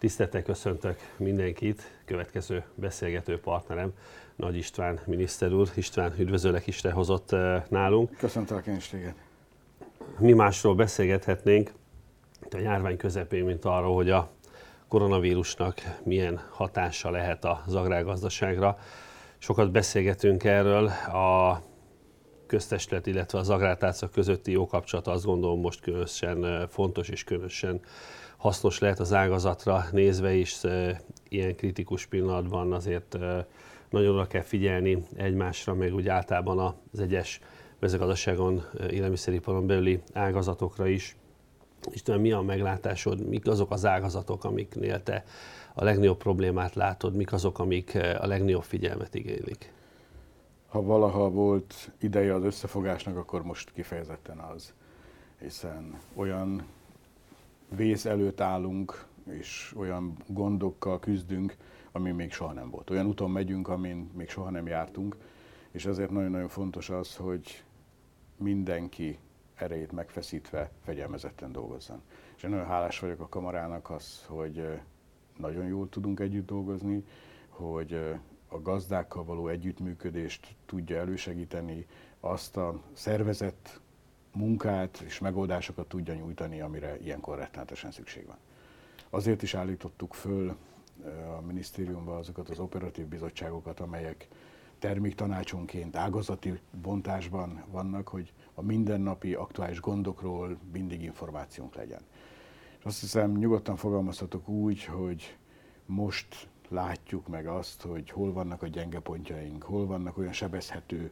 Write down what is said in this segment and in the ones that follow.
Tisztelettel köszöntök mindenkit, következő beszélgető partnerem Nagy István miniszter úr. István, üdvözöllek, Isten hozott nálunk. Köszöntelek én is téged. Mi másról beszélgethetnénk a járvány közepén, mint arról, hogy a koronavírusnak milyen hatása lehet az agrárgazdaságra. Sokat beszélgetünk erről, a köztestület, illetve az agrártárca közötti jó kapcsolat, azt gondolom, most különösen fontos és különösen hasznos lehet az ágazatra nézve is. Ilyen kritikus pillanatban azért nagyon oda kell figyelni egymásra, meg úgy általában az egyes mezőgazdaságon, élelmiszeriparon belüli ágazatokra is. István, mi a meglátásod, mik azok az ágazatok, amiknél te a legnagyobb problémát látod, mik azok, amik a legnagyobb figyelmet igénylik? Ha valaha volt ideje az összefogásnak, akkor most kifejezetten az, hiszen olyan vész előtt állunk, és olyan gondokkal küzdünk, ami még soha nem volt. Olyan úton megyünk, amin még soha nem jártunk, és ezért nagyon-nagyon fontos az, hogy mindenki erejét megfeszítve fegyelmezetten dolgozzon. És én nagyon hálás vagyok a kamarának hogy nagyon jól tudunk együtt dolgozni, hogy a gazdákkal való együttműködést tudja elősegíteni, azt a szervezett munkát és megoldásokat tudja nyújtani, amire ilyenkor rettenetesen szükség van. Azért is állítottuk föl a minisztériumban azokat az operatív bizottságokat, amelyek terméktanácsonként, ágazati bontásban vannak, hogy a mindennapi aktuális gondokról mindig információnk legyen. És azt hiszem, nyugodtan fogalmazhatok úgy, hogy most látjuk meg azt, hogy hol vannak a gyenge pontjaink, hol vannak olyan sebezhető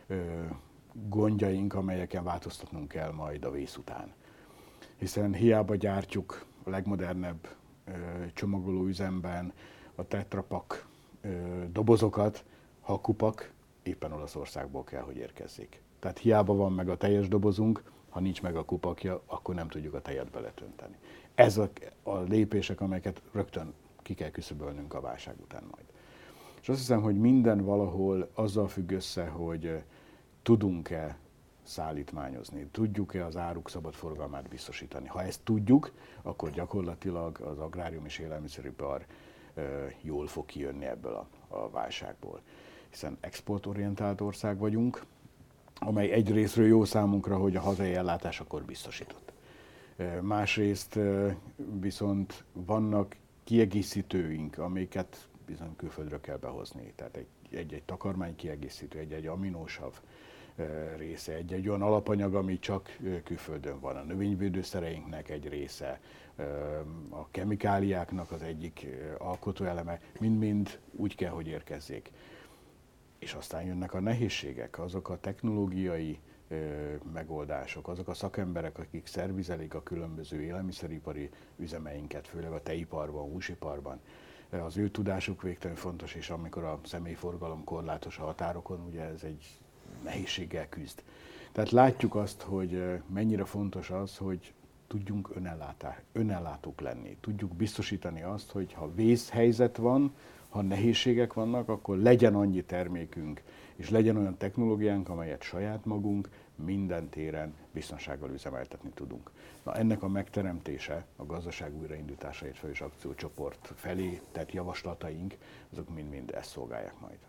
gondjaink, amelyeken változtatnunk kell majd a vész után. Hiszen hiába gyártjuk a legmodernebb csomagolóüzemben a Tetra Pak dobozokat, ha a kupak éppen Olaszországból kell, hogy érkezzék. Tehát hiába van meg a teljes dobozunk, ha nincs meg a kupakja, akkor nem tudjuk a tejet beletönteni. Ez a lépések, amelyeket rögtön ki kell küszöbölnünk a válság után majd. És azt hiszem, hogy minden valahol azzal függ össze, hogy tudunk-e szállítmányozni, tudjuk-e az áruk szabad forgalmát biztosítani. Ha ezt tudjuk, akkor gyakorlatilag az agrárium és élelmiszeripar jól fog kijönni ebből a válságból. Hiszen exportorientált ország vagyunk, amely egyrészről jó számunkra, hogy a hazai ellátás akkor biztosított. Másrészt viszont vannak kiegészítőink, amiket bizony külföldről kell behozni. Tehát egy takarmány kiegészítő, egy aminósav része, egy olyan alapanyag, ami csak külföldön van. A növényvédőszereinknek egy része, a kemikáliáknak az egyik alkotóeleme, mind-mind úgy kell, hogy érkezzék. És aztán jönnek a nehézségek, azok a technológiai megoldások, azok a szakemberek, akik szervizelik a különböző élelmiszeripari üzemeinket, főleg a tejiparban, húsiparban. Az ő tudásuk végtelenül fontos, és amikor a személyforgalom korlátos a határokon, ugye ez egy nehézséggel küzd. Tehát látjuk azt, hogy mennyire fontos az, hogy tudjunk önellátók lenni. Tudjuk biztosítani azt, hogy ha vészhelyzet van, ha nehézségek vannak, akkor legyen annyi termékünk, és legyen olyan technológiánk, amelyet saját magunk minden téren biztonsággal üzemeltetni tudunk. Na, ennek a megteremtése, a gazdaság újraindításáért felelős akciócsoport felé tett javaslataink, azok mind-mind ezt szolgálják majd.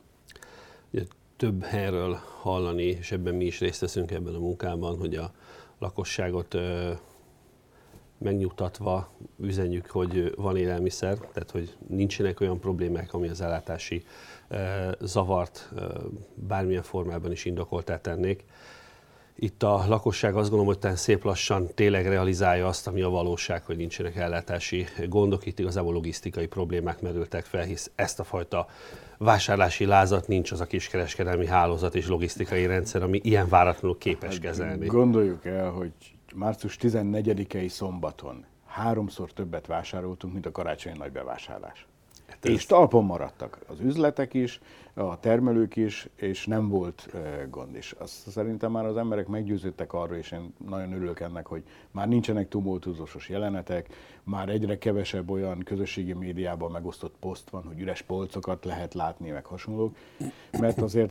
Több helyről hallani, és ebben mi is részt veszünk ebben a munkában, hogy a lakosságot megnyugtatva üzenjük, hogy van élelmiszer, tehát hogy nincsenek olyan problémák, ami az ellátási zavart bármilyen formában is indokoltá tennék. Itt a lakosság azt gondolom, hogy szép lassan tényleg realizálja azt, ami a valóság, hogy nincsenek ellátási gondok, itt igazából logisztikai problémák merültek fel, hisz ezt a fajta vásárlási lázat nincs az a kiskereskedelmi hálózat és logisztikai rendszer, ami ilyen váratlanul képes kezelni. Gondoljuk el, hogy március 14-i szombaton 3-szor többet vásároltunk, mint a karácsonyi nagy bevásárlás. És talpon maradtak az üzletek is, a termelők is, és nem volt gond is. Azt szerintem már az emberek meggyőződtek arról, és én nagyon örülök ennek, hogy már nincsenek tumultuósos jelenetek, már egyre kevesebb olyan közösségi médiában megosztott poszt van, hogy üres polcokat lehet látni, meg hasonlók, mert azért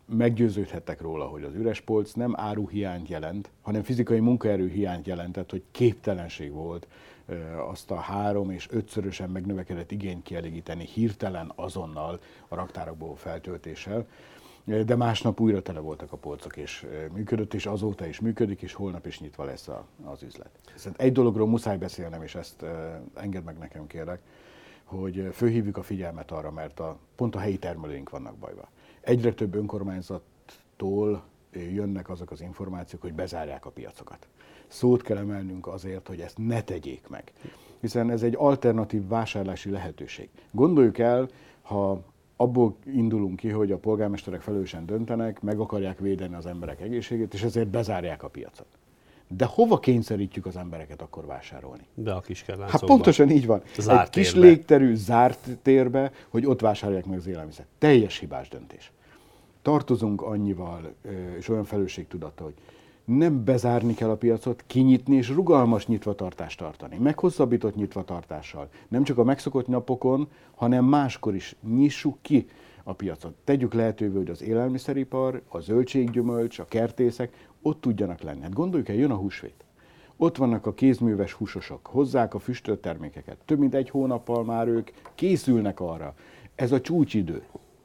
meggyőződhettek róla, hogy az üres polc nem áruhiányt jelent, hanem fizikai munkaerő hiányt jelentett, hogy képtelenség volt azt a 3- és 5-szörösen megnövekedett igényt kielégíteni hirtelen, azonnal a raktárakból feltöltéssel. De másnap újra tele voltak a polcok, és működött, és azóta is működik, és holnap is nyitva lesz az üzlet. Szóval egy dologról muszáj beszélnem, és ezt engedd meg nekem, kérlek, hogy fölhívjuk a figyelmet arra, mert pont a helyi termelőink vannak bajba. Egyre több önkormányzattól jönnek azok az információk, hogy bezárják a piacokat. Szót kell emelnünk azért, hogy ezt ne tegyék meg. Hiszen ez egy alternatív vásárlási lehetőség. Gondoljuk el, ha abból indulunk ki, hogy a polgármesterek felelősen döntenek, meg akarják védeni az emberek egészségét, és ezért bezárják a piacot. De hova kényszerítjük az embereket akkor vásárolni? Be a kiskerláncokba. Hát pontosan így van. Egy kis légterű, zárt térbe, hogy ott vásárolják meg az élelmiszert. Teljes hibás döntés. Tartozunk annyival, és olyan felelősségtudattal, hogy nem bezárni kell a piacot, kinyitni és rugalmas nyitvatartást tartani. Meghosszabbított nyitvatartással. Nem csak a megszokott napokon, hanem máskor is nyissuk ki a piacot. Tegyük lehetővé, hogy az élelmiszeripar, a zöldséggyümölcs, a kertészek ott tudjanak lenni. Hát gondoljuk el, jön a húsvét. Ott vannak a kézműves húsosok, hozzák a füstölt termékeket. Több mint 1 hónappal már ők készülnek arra. Ez a csúcsidő.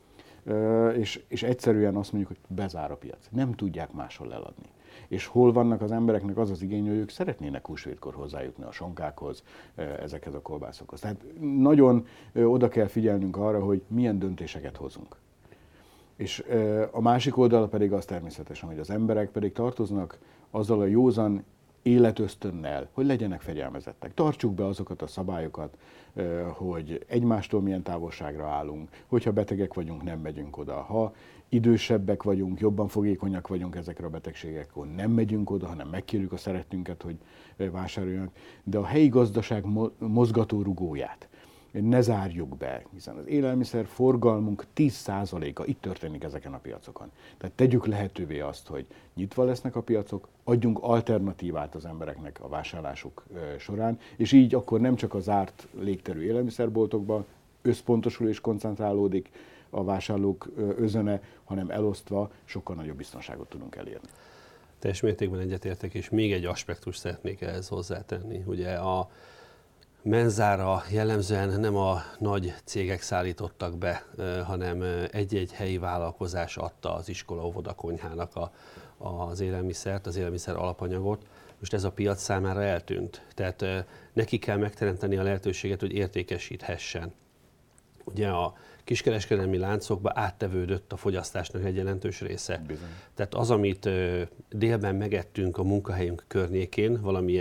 És egyszerűen azt mondjuk, hogy bezár a piac. Nem tudják máshol eladni. És hol vannak az embereknek az az igény, hogy ők szeretnének húsvétkor hozzájutni a sonkákhoz, ezekhez a kolbászokhoz. Tehát nagyon oda kell figyelnünk arra, hogy milyen döntéseket hozunk. És a másik oldala pedig az természetesen, hogy az emberek pedig tartoznak azzal a józan életösztönnel, hogy legyenek fegyelmezettek. Tartsuk be azokat a szabályokat, hogy egymástól milyen távolságra állunk, hogyha betegek vagyunk, nem megyünk oda. Ha idősebbek vagyunk, jobban fogékonyak vagyunk ezekre a betegségekre, nem megyünk oda, hanem megkérjük a szerettünket, hogy vásároljanak. De a helyi gazdaság mozgatórugóját ne zárjuk be, hiszen az élelmiszer forgalmunk 10%-a itt történik ezeken a piacokon. Tehát tegyük lehetővé azt, hogy nyitva lesznek a piacok, adjunk alternatívát az embereknek a vásárlásuk során, és így akkor nem csak a zárt légterű élelmiszerboltokban összpontosul és koncentrálódik a vásárlók özöne, hanem elosztva sokkal nagyobb biztonságot tudunk elérni. Teljes mértékben egyetértek, és még egy aspektust szeretnék ehhez hozzátenni. Ugye a menzára jellemzően nem a nagy cégek szállítottak be, hanem egy-egy helyi vállalkozás adta az iskola óvoda konyhának az élelmiszert, az élelmiszer alapanyagot. Most ez a piac számára eltűnt. Tehát neki kell megteremteni a lehetőséget, hogy értékesíthessen. Ugye a kiskereskedelmi láncokba áttevődött a fogyasztásnak egy jelentős része. Bizony. Tehát az, amit délben megettünk a munkahelyünk környékén,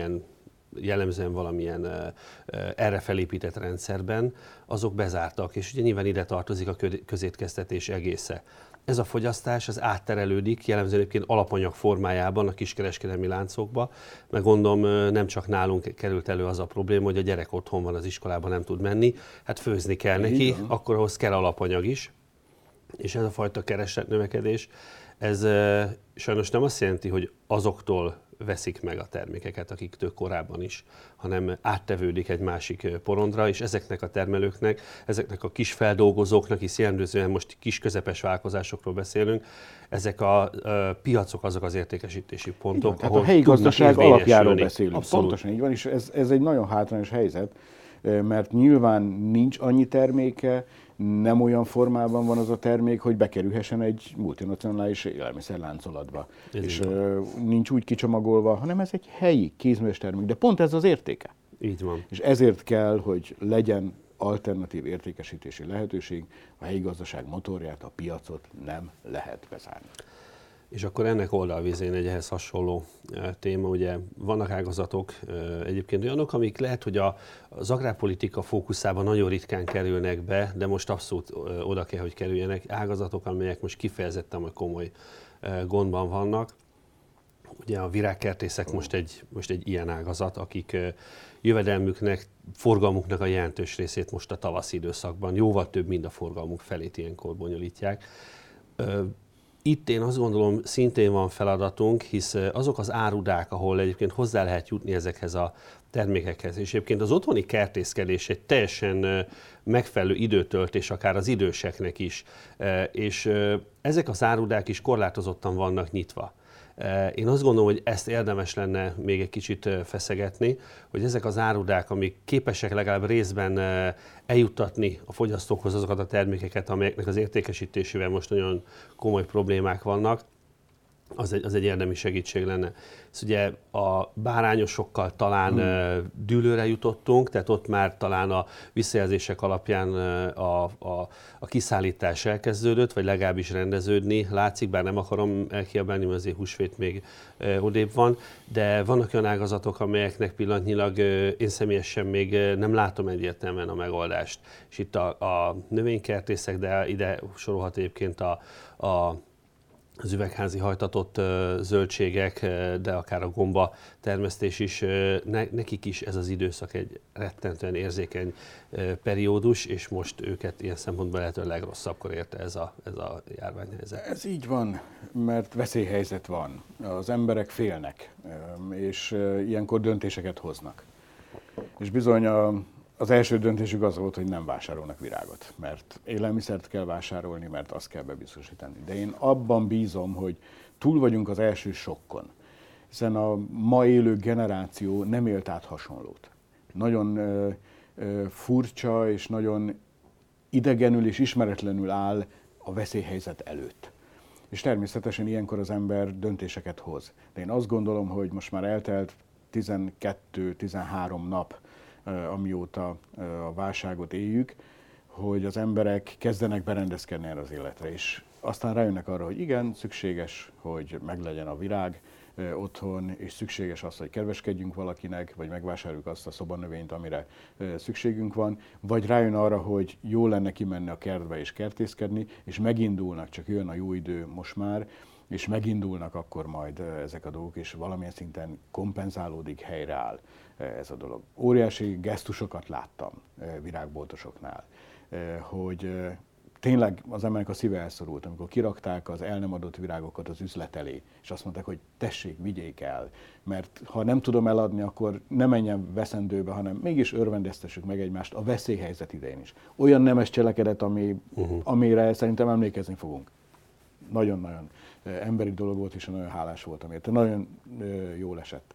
jellemzően valamilyen erre felépített rendszerben, azok bezártak, és ugye nyilván ide tartozik a közétkeztetés egésze. Ez a fogyasztás az átterelődik, jellemzően egyébként alapanyag formájában a kiskereskedelmi láncokba, meg gondolom nem csak nálunk került elő az a probléma, hogy a gyerek otthon van az iskolában, nem tud menni, hát főzni kell neki, akkor ahhoz kell alapanyag is, és ez a fajta keresletnövekedés, ez sajnos nem azt jelenti, hogy azoktól veszik meg a termékeket, akiktől korábban is, hanem áttevődik egy másik porondra, és ezeknek a termelőknek, ezeknek a kis feldolgozóknak, hisz jellemzően most kis közepes vállalkozásokról beszélünk, ezek a piacok azok az értékesítési pontok, igen, ahol a helyi gazdaság alapjáról beszélünk. Abszolút. Pontosan így van, és ez egy nagyon hátrányos helyzet, mert nyilván nincs annyi terméke, nem olyan formában van az a termék, hogy bekerülhessen egy multinacionális élelmiszerláncolatba. És nincs úgy kicsomagolva, hanem ez egy helyi kézműves termék, de pont ez az értéke. Így van. És ezért kell, hogy legyen alternatív értékesítési lehetőség, a helyi gazdaság motorját, a piacot nem lehet bezárni. És akkor ennek oldalvizén egy ehhez hasonló téma, ugye vannak ágazatok egyébként olyanok, amik lehet, hogy az agrárpolitika fókuszában nagyon ritkán kerülnek be, de most abszolút oda kell, hogy kerüljenek. Ágazatok, amelyek most kifejezetten komoly gondban vannak. Ugye a virágkertészek most egy ilyen ágazat, akik jövedelmüknek, forgalmuknak a jelentős részét most a tavaszi időszakban, jóval több, mint a forgalmuk felét ilyenkor bonyolítják. Itt én azt gondolom, szintén van feladatunk, hisz azok az árudák, ahol egyébként hozzá lehet jutni ezekhez a termékekhez, és egyébként az otthoni kertészkedés egy teljesen megfelelő időtöltés, akár az időseknek is, és ezek az árudák is korlátozottan vannak nyitva. Én azt gondolom, hogy ezt érdemes lenne még egy kicsit feszegetni, hogy ezek az árudák, amik képesek legalább részben eljuttatni a fogyasztókhoz azokat a termékeket, amelyeknek az értékesítésével most nagyon komoly problémák vannak, az egy érdemi segítség lenne. Ez ugye a bárányosokkal talán dűlőre jutottunk, tehát ott már talán a visszajelzések alapján a kiszállítás elkezdődött, vagy legalábbis rendeződni látszik, bár nem akarom elkiabálni, mert azért húsvét még odébb van, de vannak olyan ágazatok, amelyeknek pillanatnyilag én személyesen még nem látom egyértelműen a megoldást. És itt a növénykertészek, de ide sorolhat egyébként az üvegházi hajtatott zöldségek, de akár a gomba termesztés is, nekik is ez az időszak egy rettentően érzékeny periódus, és most őket ilyen szempontból lehetően legrosszabbkor érte ez a járványhelyzet. Ez így van, mert veszélyhelyzet van. Az emberek félnek, és ilyenkor döntéseket hoznak. És bizony az első döntésük az volt, hogy nem vásárolnak virágot, mert élelmiszert kell vásárolni, mert azt kell bebiztosítani. De én abban bízom, hogy túl vagyunk az első sokkon, hiszen a ma élő generáció nem élt át hasonlót. Nagyon furcsa és nagyon idegenül és ismeretlenül áll a veszélyhelyzet előtt. És természetesen ilyenkor az ember döntéseket hoz. De én azt gondolom, hogy most már eltelt 12-13 nap, amióta a válságot éljük, hogy az emberek kezdenek berendezkedni erre az életre, és aztán rájönnek arra, hogy igen, szükséges, hogy meglegyen a virág otthon, és szükséges az, hogy kedveskedjünk valakinek, vagy megvásároljuk azt a szobanövényt, amire szükségünk van, vagy rájön arra, hogy jó lenne kimenni a kertbe és kertészkedni, és megindulnak, csak jön a jó idő most már, és megindulnak akkor majd ezek a dolgok, és valamilyen szinten kompenzálódik, helyreáll ez a dolog. Óriási gesztusokat láttam virágboltosoknál, hogy tényleg az embernek a szíve elszorult, amikor kirakták az el nem adott virágokat az üzlet elé, és azt mondták, hogy tessék, vigyék el, mert ha nem tudom eladni, akkor ne menjen veszendőbe, hanem mégis örvendeztessük meg egymást a veszélyhelyzet idején is. Olyan nemes cselekedet, amire szerintem emlékezni fogunk. Nagyon-nagyon emberi dolog volt, és nagyon hálás voltam érte. Nagyon jól esett.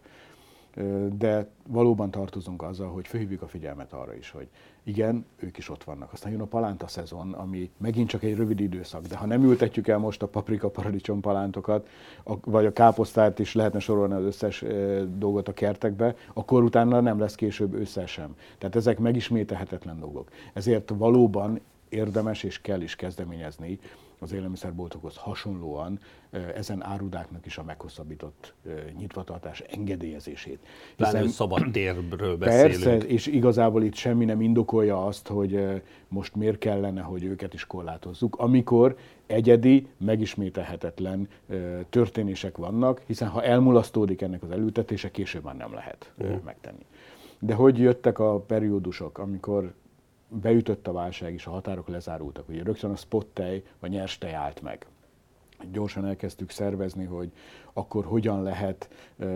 De valóban tartozunk azzal, hogy felhívjuk a figyelmet arra is, hogy igen, ők is ott vannak. Aztán jön a palánta szezon, ami megint csak egy rövid időszak, de ha nem ültetjük el most a paprika, paradicsom palántokat, vagy a káposztát is lehetne sorolni az összes dolgot a kertekbe, akkor utána nem lesz később ősszel sem. Tehát ezek megismételhetetlen dolgok. Ezért valóban érdemes és kell is kezdeményezni az élelmiszerboltokhoz hasonlóan ezen árudáknak is a meghosszabbított nyitvatartás engedélyezését. Pláne szabad térről beszélünk. Persze, és igazából itt semmi nem indokolja azt, hogy most miért kellene, hogy őket is korlátozzuk, amikor egyedi, megismételhetetlen történések vannak, hiszen ha elmulasztódik ennek az elültetése, később már nem lehet megtenni. De hogy jöttek a periódusok, amikor beütött a válság és a határok lezárultak, ugye rögtön a spot tej, a nyers tej állt meg. Gyorsan elkezdtük szervezni, hogy akkor hogyan lehet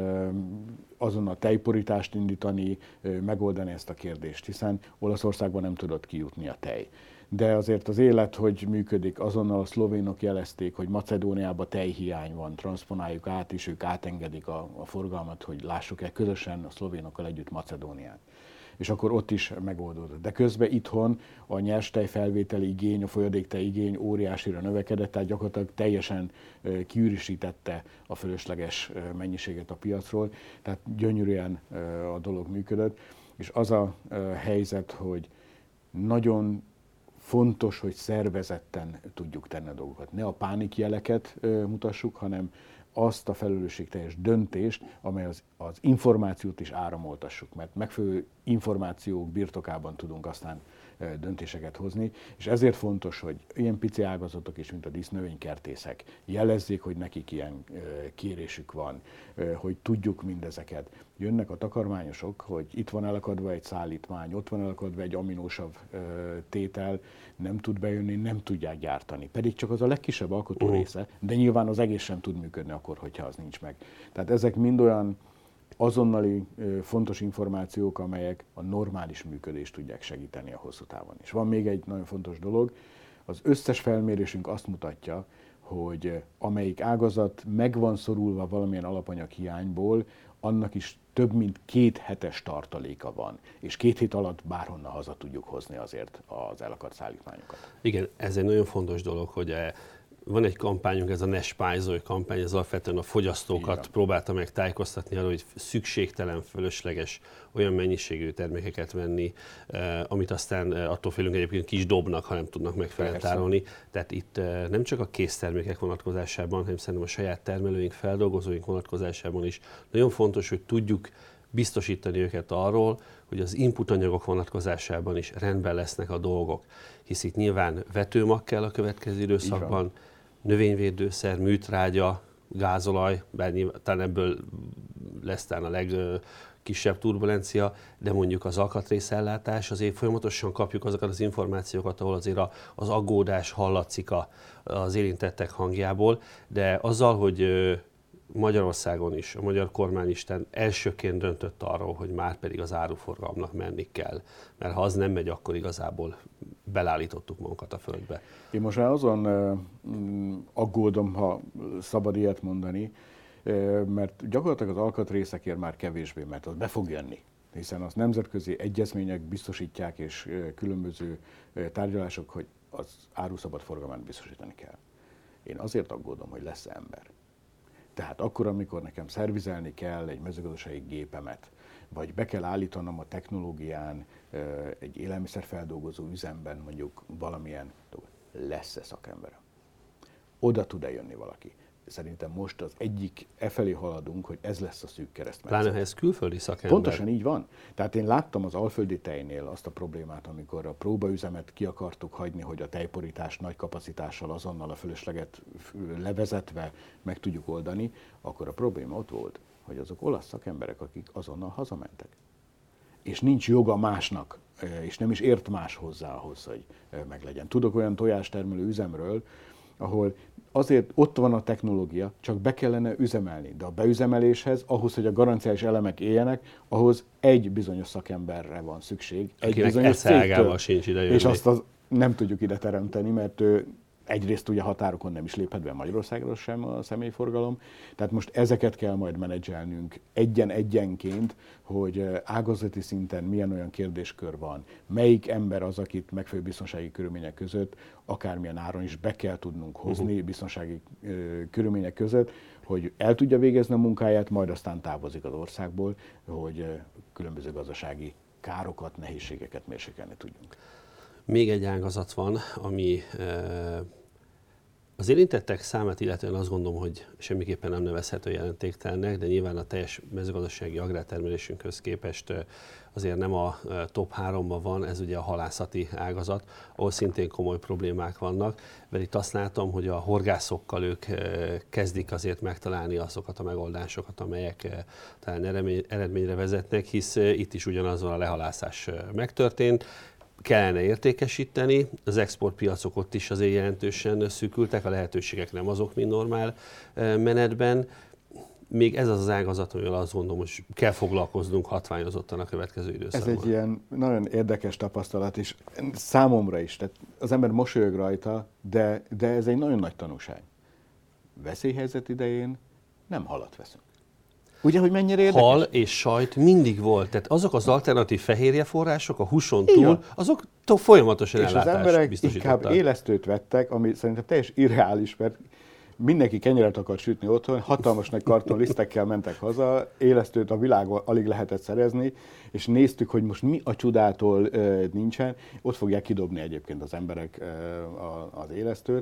azon a tejporítást indítani, megoldani ezt a kérdést, hiszen Olaszországban nem tudott kijutni a tej. De azért az élet, hogy működik, azonnal a szlovénok jelezték, hogy Macedóniában tejhiány van, transponáljuk át, és ők átengedik a forgalmat, hogy lássuk el közösen a szlovénokkal együtt Macedóniát. És akkor ott is megoldódott. De közben itthon a nyerstej felvételi igény, a folyadéktej igény óriásira növekedett, tehát gyakorlatilag teljesen kiürisítette a fölösleges mennyiséget a piacról, tehát gyönyörűen a dolog működött. És az a helyzet, hogy nagyon fontos, hogy szervezetten tudjuk tenni a dolgokat. Ne a pánikjeleket mutassuk, hanem azt a felelősségteljes döntést, amely az információt is áramoltassuk, mert megfelelő információk birtokában tudunk aztán döntéseket hozni, és ezért fontos, hogy ilyen pici ágazatok is, mint a dísznövénykertészek jelezzék, hogy nekik ilyen kérésük van, hogy tudjuk mindezeket. Jönnek a takarmányosok, hogy itt van elakadva egy szállítmány, ott van elakadva egy aminósav tétel, nem tud bejönni, nem tudják gyártani. Pedig csak az a legkisebb alkotó része, de nyilván az egész sem tud működni akkor, hogyha az nincs meg. Tehát ezek mind olyan azonnali fontos információk, amelyek a normális működést tudják segíteni a hosszú távon. És van még egy nagyon fontos dolog, az összes felmérésünk azt mutatja, hogy amelyik ágazat meg van szorulva valamilyen alapanyag hiányból, annak is több mint 2 hetes tartaléka van, és 2 hét alatt bárhonnan haza tudjuk hozni azért az elakadt szállítmányokat. Igen, ez egy nagyon fontos dolog, hogy van egy kampányunk, ez a Ne spájzolj kampány, ez alapvetően a fogyasztókat próbálta meg tájékoztatni arra, hogy szükségtelen, fölösleges olyan mennyiségű termékeket venni, amit aztán attól félünk egyébként ki is dobnak, ha nem tudnak megfelelően tárolni. Tehát itt nem csak a késztermékek vonatkozásában, hanem szerintem a saját termelőink, feldolgozóink vonatkozásában is nagyon fontos, hogy tudjuk biztosítani őket arról, hogy az input anyagok vonatkozásában is rendben lesznek a dolgok. Hisz itt nyilván vetőmag kell a következő időszakban, növényvédőszer, műtrágya, gázolaj, bár nyilván ebből lesz talán a legkisebb turbulencia, de mondjuk az alkatrészellátás, azért folyamatosan kapjuk azokat az információkat, ahol azért az aggódás hallatszik az érintettek hangjából, de azzal, hogy Magyarországon is, a magyar kormányisten elsőként döntött arról, hogy már pedig az áruforgalomnak menni kell. Mert ha az nem megy, akkor igazából belállítottuk magunkat a földbe. Én most már azon aggódom, ha szabad ilyet mondani, mert gyakorlatilag az alkatrészekért már kevésbé, mert az be fog jönni. Hiszen az nemzetközi egyezmények biztosítják, és különböző tárgyalások, hogy az áruszabad forgalmát biztosítani kell. Én azért aggódom, hogy lesz ember. Tehát akkor, amikor nekem szervizelni kell egy mezőgazdasági gépemet, vagy be kell állítanom a technológián egy élelmiszerfeldolgozó üzemben mondjuk valamilyen, lesz-e szakemberem? Oda tud-e jönni valaki? Szerintem most az egyik felé haladunk, hogy ez lesz a szűk keresztmetszet. Pláne, ha ez külföldi szakember. Pontosan így van. Tehát én láttam az Alföldi Tejnél azt a problémát, amikor a próbaüzemet ki akartuk hagyni, hogy a tejporítás nagy kapacitással azonnal a fölösleget levezetve meg tudjuk oldani, akkor a probléma ott volt, hogy azok olasz szakemberek, akik azonnal hazamentek. És nincs joga másnak, és nem is ért más hozzá ahhoz, hogy meglegyen. Tudok olyan tojástermelő üzemről, ahol azért ott van a technológia, csak be kellene üzemelni. De a beüzemeléshez, ahhoz, hogy a garanciális elemek éljenek, ahhoz egy bizonyos szakemberre van szükség. Egy bizonyos cégtől. Sincs ide jönni. És azt nem tudjuk ide teremteni, mert egyrészt ugye határokon nem is léphet be Magyarországra sem a személyforgalom. Tehát most ezeket kell majd menedzselnünk egyenként, hogy ágazati szinten milyen olyan kérdéskör van, melyik ember az, akit megfelelő biztonsági körülmények között, akármilyen áron is be kell tudnunk hozni biztonsági körülmények között, hogy el tudja végezni a munkáját, majd aztán távozik az országból, hogy különböző gazdasági károkat, nehézségeket mérsékelni tudjunk. Még egy ágazat van, ami az érintettek számát illetően azt gondolom, hogy semmiképpen nem nevezhető jelentéktelennek, de nyilván a teljes mezőgazdasági agrártermelésünkhöz képest azért nem a top 3-ban van, ez ugye a halászati ágazat, ahol szintén komoly problémák vannak, mert itt azt látom, hogy a horgászokkal ők kezdik azért megtalálni azokat a megoldásokat, amelyek talán eredményre vezetnek, hisz itt is ugyanazon a lehalászás megtörtént. Kellene értékesíteni, az exportpiacok ott is azért jelentősen szűkültek, a lehetőségek nem azok, mint normál menetben. Még ez az ágazat, amivel azt gondolom, hogy kell foglalkoznunk hatványozottan a következő időszakban. Ez egy ilyen nagyon érdekes tapasztalat, és számomra is. Tehát az ember mosolyog rajta, de ez egy nagyon nagy tanúság. Veszélyhelyzet idején nem halat veszünk. Ugye, hogy mennyire érdekes? Hal és sajt mindig volt. Tehát azok az alternatív fehérjeforrások a húson túl, azok folyamatosan ellátást biztosítottak. És az emberek inkább élesztőt vettek, ami szerintem teljes irreális, mert mindenki kenyeret akart sütni otthon, hatalmas nagy kartonlisztekkel mentek haza, élesztőt a világon alig lehetett szerezni, és néztük, hogy most mi a csodától nincsen. Ott fogják kidobni egyébként az emberek az élesztőt.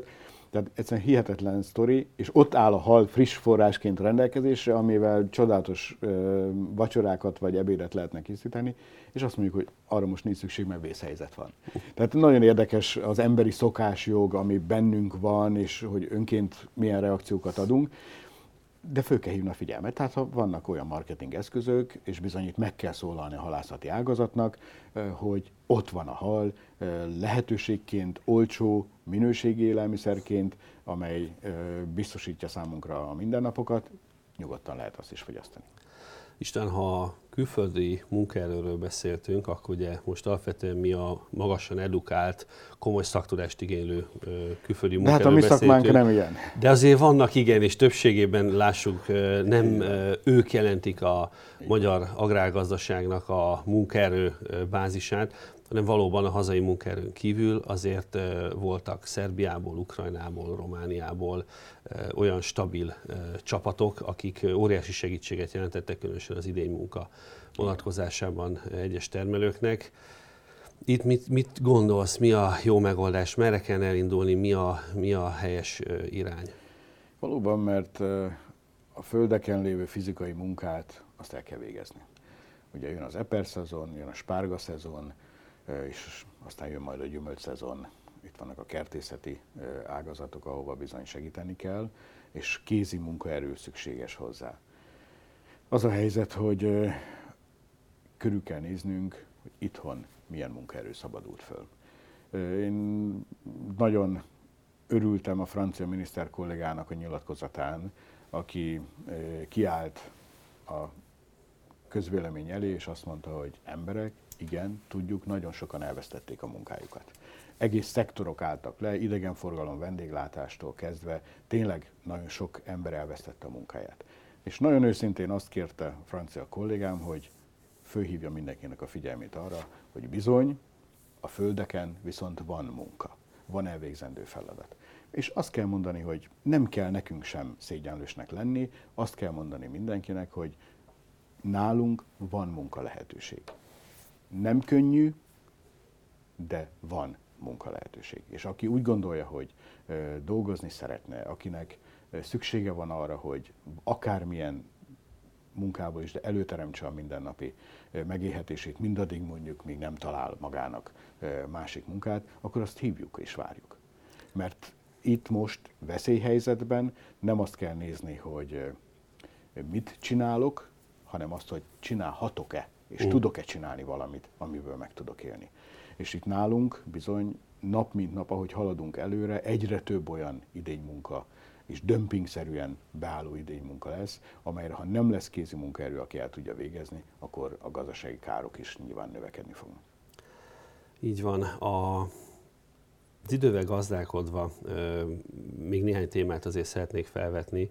Tehát egyszerűen hihetetlen sztori, és ott áll a hal friss forrásként rendelkezésre, amivel csodálatos vacsorákat vagy ebédet lehetne készíteni, és azt mondjuk, hogy arra most nincs szükség, mert vészhelyzet van. Tehát nagyon érdekes az emberi szokásjog, ami bennünk van, és hogy önként milyen reakciókat adunk, de föl kell hívni a figyelmet. Tehát ha vannak olyan marketing eszközök, és bizony itt meg kell szólalni a halászati ágazatnak, hogy ott van a hal, lehetőségként, olcsó, minőségi élelmiszerként, amely biztosítja számunkra a mindennapokat, nyugodtan lehet azt is fogyasztani. István, ha külföldi munkaerőről beszéltünk, akkor ugye most alapvetően mi a magasan edukált, komoly szaktudást igénylő külföldi munkaerőről beszéltünk. De hát a mi szakmánk nem ilyen. De azért vannak igen, és többségében lássuk, nem ők jelentik a magyar agrárgazdaságnak a munkaerő bázisát, hanem valóban a hazai munkaerőn kívül azért voltak Szerbiából, Ukrajnából, Romániából olyan stabil csapatok, akik óriási segítséget jelentettek, különösen az idénymunka vonatkozásában egyes termelőknek. Itt mit gondolsz, mi a jó megoldás, merre kell elindulni, mi a helyes irány? Valóban, mert a földeken lévő fizikai munkát azt el kell végezni. Ugye jön az eperszezon, jön a spárgaszezon, és aztán jön majd a gyümölcsszezon. Itt vannak a kertészeti ágazatok, ahova bizony segíteni kell, és kézi munkaerő szükséges hozzá. Az a helyzet, hogy körül kell néznünk, hogy itthon milyen munkaerő szabadult föl. Én nagyon örültem a francia miniszter kollégának a nyilatkozatán, aki kiállt a közvélemény elé, és azt mondta, hogy emberek, igen, tudjuk, nagyon sokan elvesztették a munkájukat. Egész szektorok álltak le, idegenforgalom, vendéglátástól kezdve, tényleg nagyon sok ember elvesztette a munkáját. És nagyon őszintén azt kérte a francia kollégám, hogy fölhívja mindenkinek a figyelmét arra, hogy bizony, a földeken viszont van munka, van elvégzendő feladat. És azt kell mondani, hogy nem kell nekünk sem szégyenlősnek lenni, azt kell mondani mindenkinek, hogy nálunk van munka lehetőség. Nem könnyű, de van munka lehetőség. És aki úgy gondolja, hogy dolgozni szeretne, akinek szüksége van arra, hogy akármilyen munkából is, de előteremtse a mindennapi megélhetését, mindaddig mondjuk, míg nem talál magának másik munkát, akkor azt hívjuk és várjuk. Mert itt most veszélyhelyzetben nem azt kell nézni, hogy mit csinálok, hanem azt, hogy csinálhatok-e, és tudok-e csinálni valamit, amiből meg tudok élni. És itt nálunk bizony nap mint nap, ahogy haladunk előre, egyre több olyan idénymunka és dömpingszerűen beálló idénymunka lesz, amelyre ha nem lesz kézi munkaerő, aki el tudja végezni, akkor a gazdasági károk is nyilván növekedni fognak. Így van. Az idővel gazdálkodva még néhány témát azért szeretnék felvetni.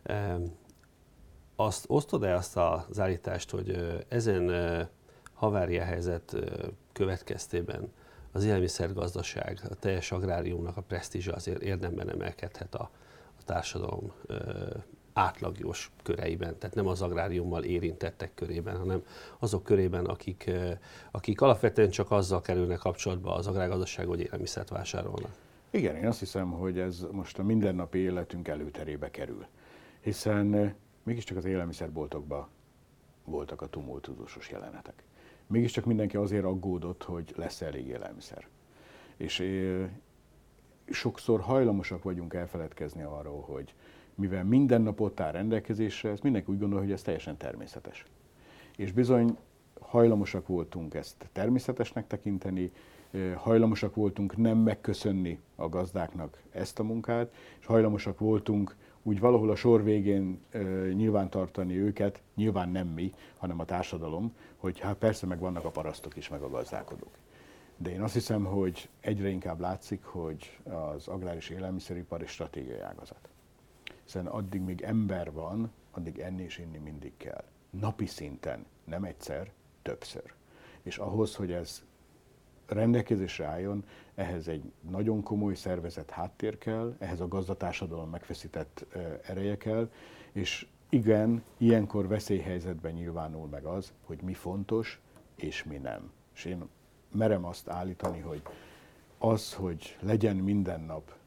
Azt osztod-e azt az állítást, hogy ezen havária helyzet következtében az élelmiszergazdaság, a teljes agráriumnak a presztízse azért érdemben emelkedhet a társadalom átlagos köreiben, tehát nem az agráriummal érintettek körében, hanem azok körében, akik alapvetően csak azzal kerülnek kapcsolatba az agrárgazdaság, hogy élelmiszert vásárolnak. Igen, én azt hiszem, hogy ez most a mindennapi életünk előterébe kerül, hiszen mégiscsak az élelmiszerboltokban voltak a tumultuózusos jelenetek. Mégiscsak mindenki azért aggódott, hogy lesz elég élelmiszer. És sokszor hajlamosak vagyunk elfeledkezni arról, hogy mivel minden nap ott áll rendelkezésre, ezt mindenki úgy gondolja, hogy ez teljesen természetes. És bizony hajlamosak voltunk ezt természetesnek tekinteni, hajlamosak voltunk nem megköszönni a gazdáknak ezt a munkát, és hajlamosak voltunk úgy valahol a sor végén nyilvántartani őket, nyilván nem mi, hanem a társadalom, hogy hát persze meg vannak a parasztok is, meg a gazdálkodók. De én azt hiszem, hogy egyre inkább látszik, hogy az agrár és élelmiszeripar egy stratégiai ágazat. Hiszen addig még ember van, addig enni és inni mindig kell. Napi szinten, nem egyszer, többször. És ahhoz, hogy ez rendelkezésre álljon, ehhez egy nagyon komoly szervezett háttér kell, ehhez a gazdatársadalom megfeszített ereje kell, és igen, ilyenkor veszélyhelyzetben nyilvánul meg az, hogy mi fontos és mi nem. És én merem azt állítani, hogy az, hogy legyen minden nap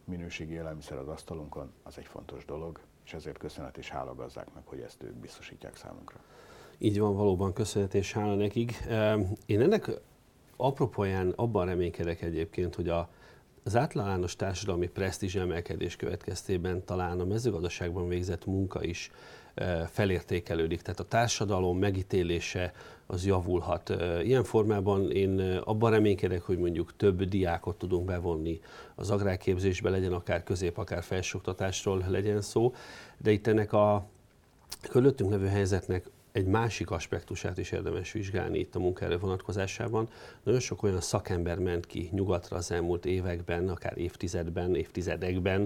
minőségi élelmiszer az asztalunkon, az egy fontos dolog, és ezért köszönet és hála gazdáknak, hogy ezt ők biztosítják számunkra. Így van, valóban köszönet és hála nekik. Én ennek apropóján abban reménykedek egyébként, hogy az általános társadalmi presztízs emelkedés következtében talán a mezőgazdaságban végzett munka is felértékelődik, tehát a társadalom megítélése az javulhat. Ilyen formában én abban reménykedek, hogy mondjuk több diákot tudunk bevonni az agrárképzésbe, legyen akár közép, akár felsőoktatásról legyen szó, de itt ennek a körülöttünk levő helyzetnek egy másik aspektusát is érdemes vizsgálni itt a munkaerő vonatkozásában. Nagyon sok olyan szakember ment ki nyugatra az elmúlt években, akár évtizedekben,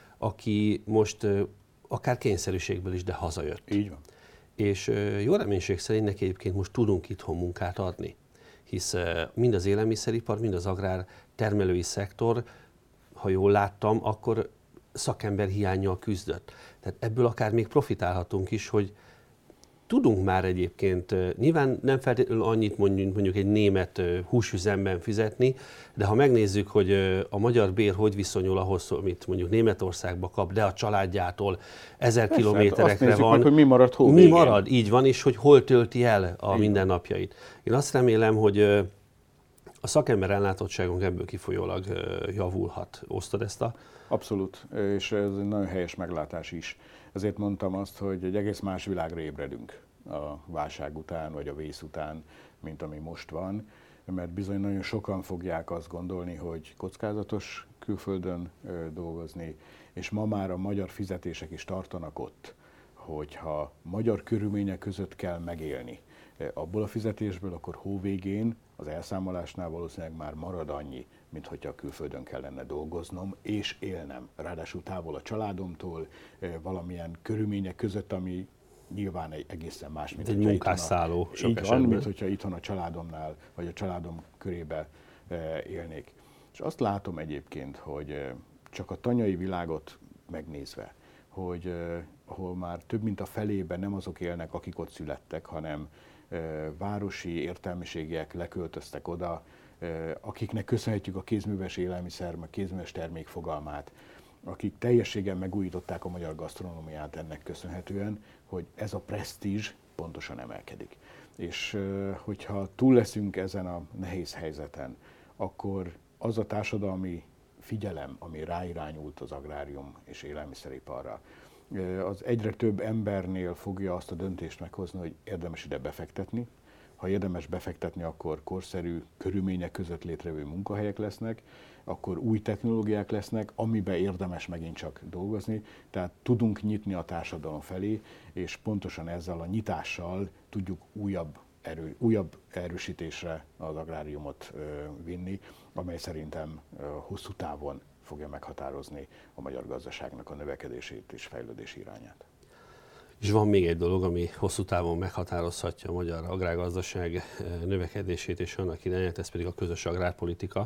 aki most akár kényszerűségből is, de hazajött. Így van. És jó reménység szerint neki egyébként most tudunk itthon munkát adni, hisz mind az élelmiszeripar, mind az agrár termelői szektor, ha jól láttam, akkor szakember hiánnyal küzdött. Tehát ebből akár még profitálhatunk is, hogy tudunk már egyébként, nyilván nem feltétlenül annyit mondjuk egy német húsüzemben fizetni, de ha megnézzük, hogy a magyar bér hogy viszonyul ahhoz, amit mondjuk Németországba kap, de a családjától 1000 kilométerekre van. Meg, hogy mi marad Mi marad, így van, és hogy hol tölti el a mindennapjait. Én azt remélem, hogy a szakember ellátottságunk ebből kifolyólag javulhat. Osztod ezt a... Abszolút, és ez egy nagyon helyes meglátás is. Ezért mondtam azt, hogy egy egész más világra ébredünk a válság után, vagy a vész után, mint ami most van, mert bizony nagyon sokan fogják azt gondolni, hogy kockázatos külföldön dolgozni, és ma már a magyar fizetések is tartanak ott, hogyha magyar körülmények között kell megélni abból a fizetésből, akkor hóvégén az elszámolásnál valószínűleg már marad annyi, mint hogyha külföldön kellene dolgoznom és élnem. Ráadásul távol a családomtól, valamilyen körülmények között, ami nyilván egy egészen más, mint egy munkásszálló sok így esetben. van, mint hogyha itthon a családomnál, vagy a családom körébe élnék. És azt látom egyébként, hogy csak a tanyai világot megnézve, hogy ahol már több mint a felében nem azok élnek, akik ott születtek, hanem városi értelmiségiek leköltöztek oda, akiknek köszönhetjük a kézműves élelmiszer, meg kézműves termék fogalmát, akik teljességgel megújították a magyar gasztronómiát ennek köszönhetően, hogy ez a presztízs pontosan emelkedik. És hogyha túl leszünk ezen a nehéz helyzeten, akkor az a társadalmi figyelem, ami ráirányult az agrárium és élelmiszeriparra, az egyre több embernél fogja azt a döntést meghozni, hogy érdemes ide befektetni. Ha érdemes befektetni, akkor korszerű körülmények között létrejövő munkahelyek lesznek, akkor új technológiák lesznek, amiben érdemes megint csak dolgozni. Tehát tudunk nyitni a társadalom felé, és pontosan ezzel a nyitással tudjuk újabb erősítésre az agráriumot vinni, amely szerintem hosszú távon fogja meghatározni a magyar gazdaságnak a növekedését és fejlődési irányát. És van még egy dolog, ami hosszú távon meghatározhatja a magyar agrárgazdaság növekedését és annak irányát, ez pedig a közös agrárpolitika.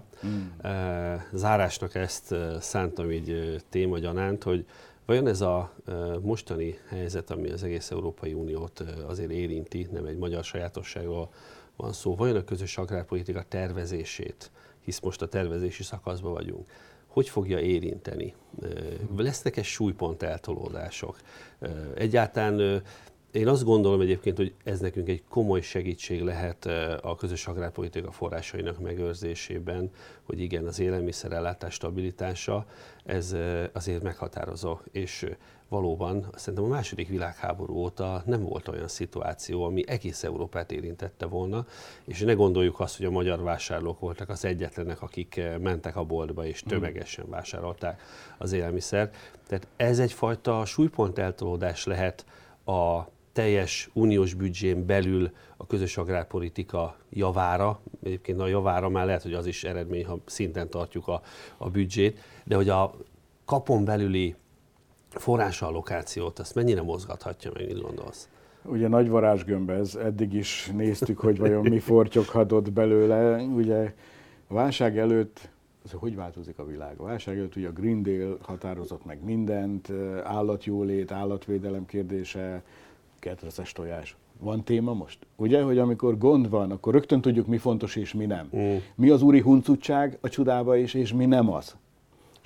Zárásnak ezt szántam így témagyanánt, hogy vajon ez a mostani helyzet, ami az egész Európai Uniót azért érinti, nem egy magyar sajátosságról van szó, vajon a közös agrárpolitika tervezését, hisz most a tervezési szakaszban vagyunk, hogy fogja érinteni? Lesznek-e súlyponteltolódások? Egyáltalán én azt gondolom egyébként, hogy ez nekünk egy komoly segítség lehet a közös agrárpolitika forrásainak megőrzésében, hogy igen, az élelmiszerellátás stabilitása, ez azért meghatározó, és valóban szerintem a II. Világháború óta nem volt olyan szituáció, ami egész Európát érintette volna, és ne gondoljuk azt, hogy a magyar vásárlók voltak az egyetlenek, akik mentek a boltba és tömegesen vásárolták az élelmiszert. Tehát ez egyfajta súlyponteltolódás lehet a teljes uniós büdzsén belül a közös agrárpolitika javára. Egyébként a javára már lehet, hogy az is eredmény, ha szinten tartjuk a büdzsét, de hogy a kapon belüli forrásallokációt, azt mennyire mozgathatja meg, mit gondolsz? Ugye nagy varázsgömb ez, eddig is néztük, hogy vajon mi fortyoghatott belőle. Ugye a válság előtt, hogy változik a világ? A válság előtt ugye a Green Deal határozott meg mindent, állatjólét, állatvédelem kérdése, kertreszes tojás. Van téma most? Ugye, hogy amikor gond van, akkor rögtön tudjuk, mi fontos és mi nem. Mi az úri huncutság a csodába is, és mi nem az.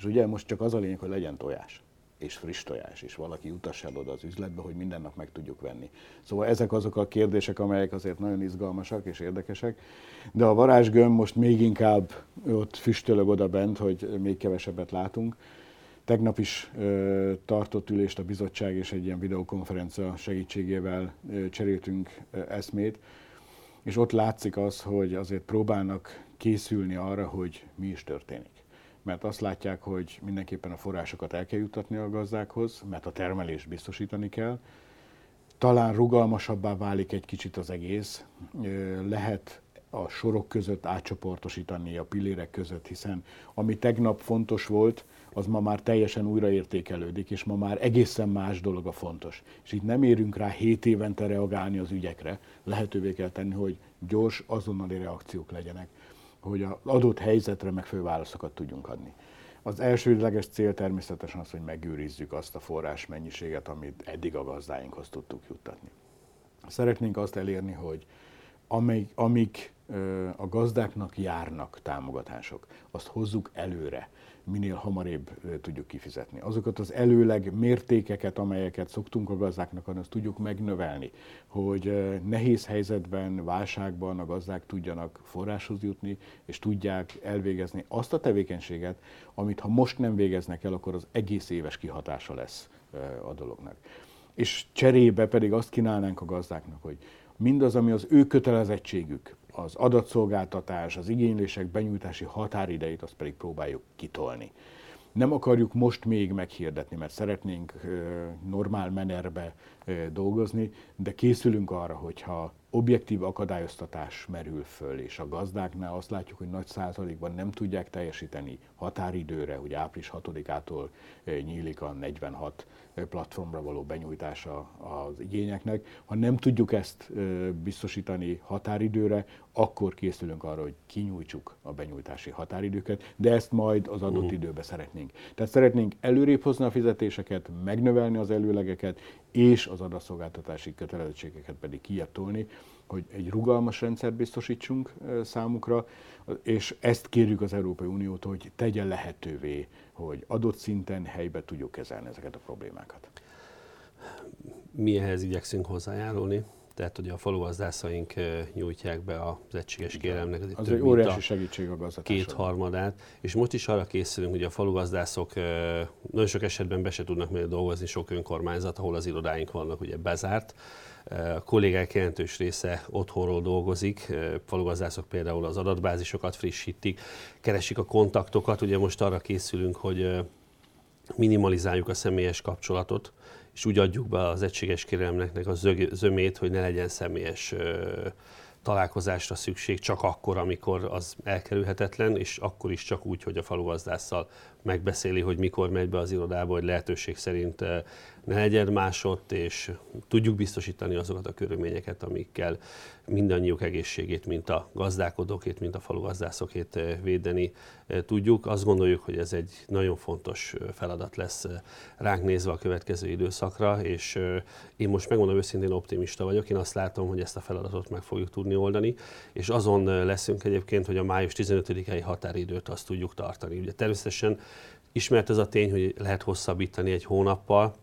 És ugye most csak az a lényeg, hogy legyen tojás, és friss tojás, és valaki utass el oda az üzletbe, hogy minden nap meg tudjuk venni. Szóval ezek azok a kérdések, amelyek azért nagyon izgalmasak és érdekesek, de a varázsgömb most még inkább ott füstölög oda bent, hogy még kevesebbet látunk. Tegnap is tartott ülést a bizottság, és egy ilyen videokonferencia segítségével cseréltünk eszmét, és ott látszik az, hogy azért próbálnak készülni arra, hogy mi is történik. Mert azt látják, hogy mindenképpen a forrásokat el kell juttatni a gazdákhoz, mert a termelést biztosítani kell. Talán rugalmasabbá válik egy kicsit az egész, lehet a sorok között átcsoportosítani, a pillérek között, hiszen ami tegnap fontos volt, az ma már teljesen újraértékelődik, és ma már egészen más dolog a fontos. És itt nem érünk rá 7 évente reagálni az ügyekre, lehetővé kell tenni, hogy gyors, azonnali reakciók legyenek, hogy az adott helyzetre megfelelő válaszokat tudjunk adni. Az elsődleges cél természetesen az, hogy megőrizzük azt a forrásmennyiséget, amit eddig a gazdáinkhoz tudtuk juttatni. Szeretnénk azt elérni, hogy amíg a gazdáknak járnak támogatások, azt hozzuk előre, minél hamarabb tudjuk kifizetni. Azokat az előleg mértékeket, amelyeket szoktunk a gazdáknak adni, azt tudjuk megnövelni, hogy nehéz helyzetben, válságban a gazdák tudjanak forráshoz jutni, és tudják elvégezni azt a tevékenységet, amit ha most nem végeznek el, akkor az egész éves kihatása lesz a dolognak. És cserébe pedig azt kínálnánk a gazdáknak, hogy mindaz, ami az ő kötelezettségük, az adatszolgáltatás, az igénylések benyújtási határidejét, azt pedig próbáljuk kitolni. Nem akarjuk most még meghirdetni, mert szeretnénk normál menerbe dolgozni, de készülünk arra, hogyha objektív akadályoztatás merül föl, és a gazdáknál azt látjuk, hogy nagy százalékban nem tudják teljesíteni határidőre, hogy április 6-ától nyílik a 46 platformra való benyújtása az igényeknek. Ha nem tudjuk ezt biztosítani határidőre, akkor készülünk arra, hogy kinyújtsuk a benyújtási határidőket, de ezt majd az adott időben szeretnénk. Tehát szeretnénk előrébb hozni a fizetéseket, megnövelni az előlegeket, és az adatszolgáltatási kötelezettségeket pedig kijebb tolni, hogy egy rugalmas rendszert biztosítsunk számukra, és ezt kérjük az Európai Uniótól, hogy tegye lehetővé, hogy adott szinten helyben tudjuk kezelni ezeket a problémákat. Mi ehhez igyekszünk hozzájárulni, tehát hogy a falugazdászaink nyújtják be az egységes kérelemnek az egy óriási segítség a gazdatársban. 2/3, és most is arra készülünk, hogy a falugazdászok nagyon sok esetben be se tudnak még dolgozni, sok önkormányzat, ahol az irodáink vannak, ugye bezárt. A kollégák jelentős része otthonról dolgozik, falugazdászok például az adatbázisokat frissítik, keresik a kontaktokat, ugye most arra készülünk, hogy minimalizáljuk a személyes kapcsolatot, és úgy adjuk be az egységes kérelemnek a zömét, hogy ne legyen személyes találkozásra szükség csak akkor, amikor az elkerülhetetlen, és akkor is csak úgy, hogy a falugazdásszal megbeszéli, hogy mikor megy be az irodába, hogy lehetőség szerint ne legyen másott, és tudjuk biztosítani azokat a körülményeket, amikkel mindannyiuk egészségét, mint a gazdálkodókét, mint a falugazdászokét védeni tudjuk. Azt gondoljuk, hogy ez egy nagyon fontos feladat lesz ránk nézve a következő időszakra, és én most megmondom őszintén optimista vagyok, én azt látom, hogy ezt a feladatot meg fogjuk tudni oldani, és azon leszünk egyébként, hogy a május 15-i határidőt azt tudjuk tartani. Ugye természetesen ismert ez a tény, hogy lehet hosszabbítani egy hónappal,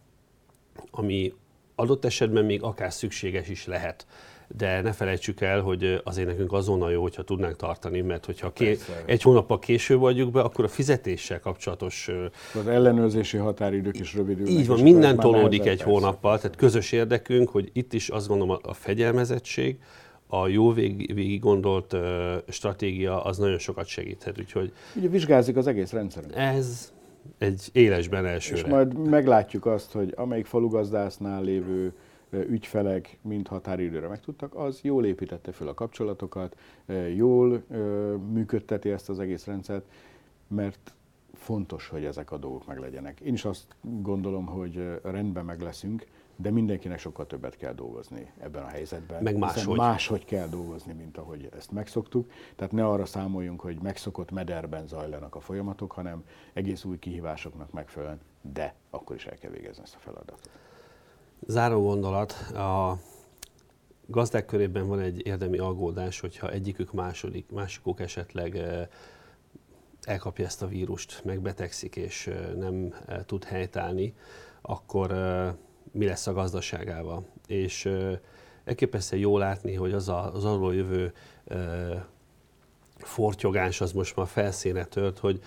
ami adott esetben még akár szükséges is lehet. De ne felejtsük el, hogy azért nekünk azonnal jó, hogyha tudnánk tartani, mert hogyha egy hónappal később adjuk be, akkor a fizetéssel kapcsolatos... Az ellenőrzési határidők is rövidülnek. Így van, minden tolódik egy hónappal, tehát közös érdekünk, hogy itt is azt gondolom a fegyelmezettség, a jó végig gondolt stratégia az nagyon sokat segíthet, úgyhogy... Ugye vizsgázik az egész rendszerünk. Ez egy élesben elsőre. És majd meglátjuk azt, hogy amelyik falugazdásznál lévő ügyfelek mind határidőre megtudtak, az jól építette föl a kapcsolatokat, jól működteti ezt az egész rendszert, mert fontos, hogy ezek a dolgok meglegyenek. Én is azt gondolom, hogy rendben meg leszünk, de mindenkinek sokkal többet kell dolgozni ebben a helyzetben. Meg máshogy kell dolgozni, mint ahogy ezt megszoktuk. Tehát ne arra számoljunk, hogy megszokott mederben zajlanak a folyamatok, hanem egész új kihívásoknak megfelelően, de akkor is el kell végezni ezt a feladatot. Záró gondolat, a gazdák körében van egy érdemi aggódás, hogyha egyikük másikuk esetleg elkapja ezt a vírust, megbetegszik és nem tud helytállni, akkor mi lesz a gazdaságával. És elképesztően jó látni, hogy az arról jövő fortyogás az most már felszínre tört, hogy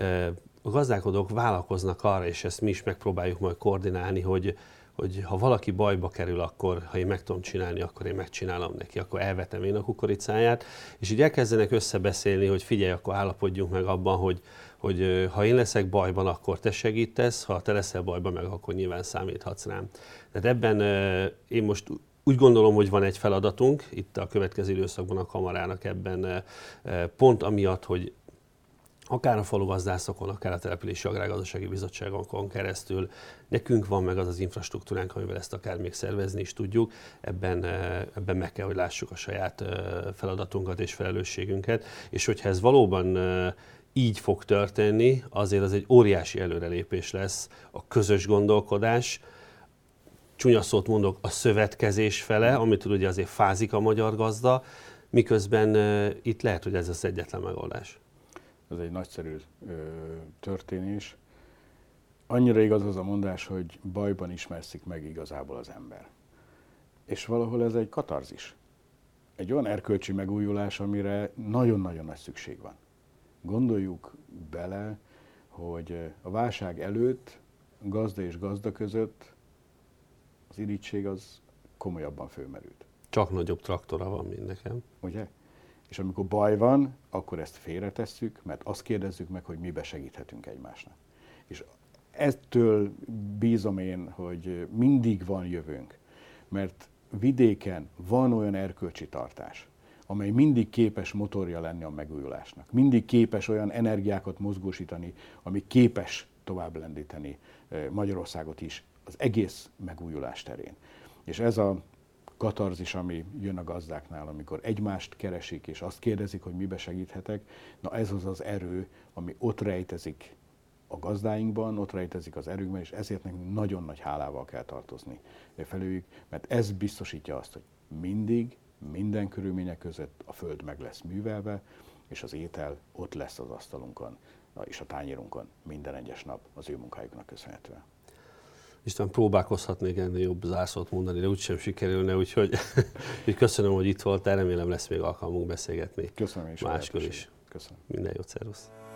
a gazdálkodók vállalkoznak arra, és ezt mi is megpróbáljuk majd koordinálni, hogy ha valaki bajba kerül, akkor ha én meg tudom csinálni, akkor én megcsinálom neki, akkor elvetem én a kukoricáját, és így elkezdenek összebeszélni, hogy figyelj, akkor állapodjunk meg abban, hogy ha én leszek bajban, akkor te segítesz, ha te leszel bajban, meg akkor nyilván számíthatsz rám. Tehát ebben én most úgy gondolom, hogy van egy feladatunk itt a következő időszakban a kamarának ebben, pont amiatt, hogy akár a falugazdászokon, akár a Települési Agrárgazdasági Bizottságokon keresztül nekünk van meg az az infrastruktúránk, amivel ezt akár még szervezni is tudjuk. Ebben meg kell, hogy lássuk a saját feladatunkat és felelősségünket. És hogyha ez valóban így fog történni, azért az egy óriási előrelépés lesz a közös gondolkodás, csúnya szót mondok, a szövetkezés fele, amitől ugye azért fázik a magyar gazda, miközben itt lehet, hogy ez az egyetlen megoldás. Ez egy nagyszerű történés. Annyira igaz az a mondás, hogy bajban ismerszik meg igazából az ember. És valahol ez egy katarzis. Egy olyan erkölcsi megújulás, amire nagyon-nagyon nagy szükség van. Gondoljuk bele, hogy a válság előtt gazda és gazda között az irigység az komolyabban fölmerült. Csak nagyobb traktora van, mint nekem. Ugye? És amikor baj van, akkor ezt félretesszük, mert azt kérdezzük meg, hogy mibe segíthetünk egymásnak. És ettől bízom én, hogy mindig van jövőnk, mert vidéken van olyan erkölcsi tartás, amely mindig képes motorja lenni a megújulásnak. Mindig képes olyan energiákat mozgósítani, ami képes tovább lendíteni Magyarországot is az egész megújulás terén. És ez a katarzis, ami jön a gazdáknál, amikor egymást keresik, és azt kérdezik, hogy mibe segíthetek, na ez az az erő, ami ott rejtezik a gazdáinkban, ott rejtezik az erőkben, és ezért nekünk nagyon nagy hálával kell tartozni felőjük, mert ez biztosítja azt, hogy mindig, minden körülmények között a föld meg lesz művelve, és az étel ott lesz az asztalunkon és a tányérunkon minden egyes nap az ő munkájuknak köszönhetően. Isten, próbálkozhatnék ennél jobb zárszót mondani, de úgysem sikerülne, úgyhogy köszönöm, hogy itt voltál, remélem lesz még alkalmunk beszélgetni. Köszönöm is. Máskor is. Köszönöm. Minden jót, szervusz.